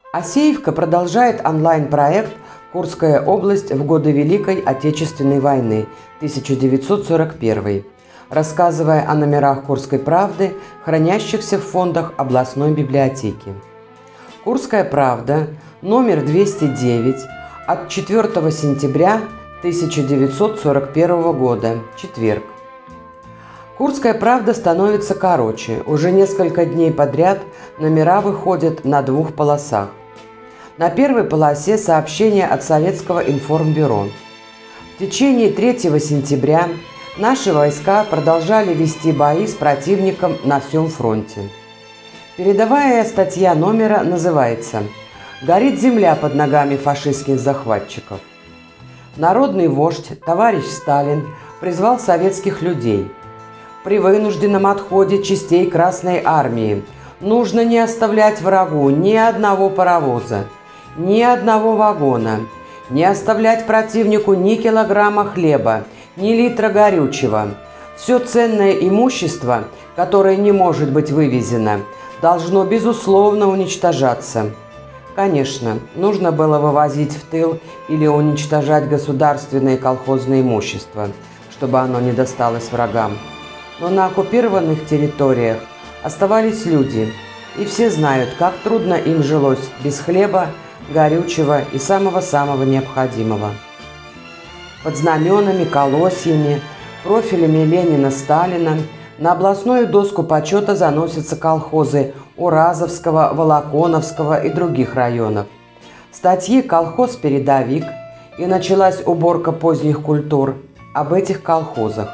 Асеевка продолжает онлайн-проект «Курская область в годы Великой Отечественной войны 1941», рассказывая о номерах «Курской правды», хранящихся в фондах областной библиотеки. «Курская правда», номер 209, от 4 сентября 1941 года, четверг. «Курская правда» становится короче. Уже несколько дней подряд номера выходят на 2 полосах. На первой полосе сообщение от Советского информбюро. В течение 3 сентября наши войска продолжали вести бои с противником на всем фронте. Передовая статья номера называется «Горит земля под ногами фашистских захватчиков». Народный вождь товарищ Сталин призвал советских людей. При вынужденном отходе частей Красной Армии нужно не оставлять врагу ни одного паровоза, ни одного вагона, не оставлять противнику ни килограмма хлеба, ни литра горючего. Все ценное имущество, которое не может быть вывезено, должно безусловно уничтожаться. Конечно, нужно было вывозить в тыл или уничтожать государственное и колхозное имущество, чтобы оно не досталось врагам. Но на оккупированных территориях оставались люди, и все знают, как трудно им жилось без хлеба, горючего и самого-самого необходимого. Под знаменами, колосьями, профилями Ленина, Сталина на областную доску почета заносятся колхозы Уразовского, Волоконовского и других районов. Статьи «Колхоз-передовик» и началась уборка поздних культур об этих колхозах.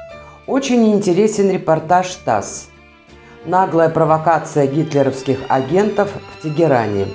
Очень интересен репортаж ТАСС «Наглая провокация гитлеровских агентов в Тегеране».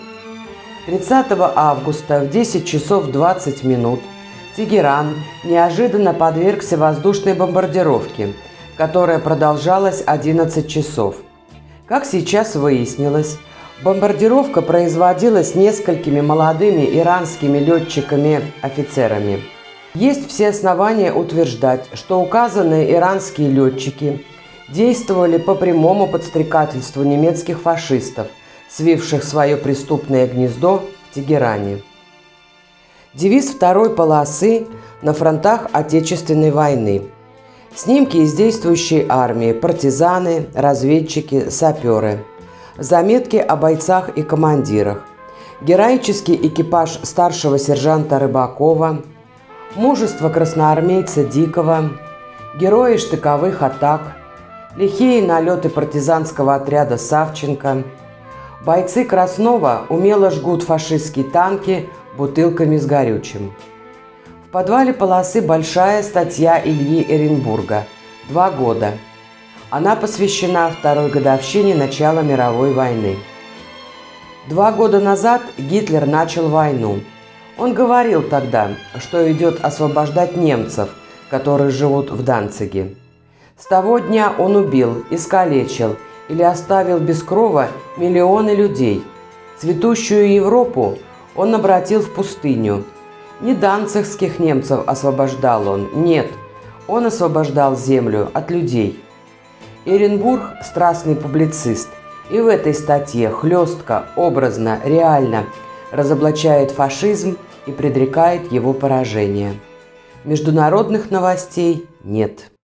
30 августа в 10 часов 20 минут Тегеран неожиданно подвергся воздушной бомбардировке, которая продолжалась 11 часов. Как сейчас выяснилось, бомбардировка производилась несколькими молодыми иранскими летчиками-офицерами. Есть все основания утверждать, что указанные иранские летчики действовали по прямому подстрекательству немецких фашистов, свивших свое преступное гнездо в Тегеране. Девиз второй полосы на фронтах Отечественной войны. Снимки из действующей армии, партизаны, разведчики, саперы. Заметки о бойцах и командирах. Героический экипаж старшего сержанта Рыбакова. Мужество красноармейца Дикого. Герои штыковых атак. Лихие налеты партизанского отряда Савченко. Бойцы Краснова умело жгут фашистские танки бутылками с горючим. В подвале полосы большая статья Ильи Эренбурга «2 года». Она посвящена второй годовщине начала мировой войны. 2 года назад Гитлер начал войну. Он говорил тогда, что идет освобождать немцев, которые живут в Данциге. С того дня он убил, искалечил или оставил без крова миллионы людей. Цветущую Европу он обратил в пустыню. Не данцигских немцев освобождал он, нет, он освобождал землю от людей. Эренбург – страстный публицист, и в этой статье хлестко, образно, реально разоблачает фашизм и предрекает его поражение. Международных новостей нет.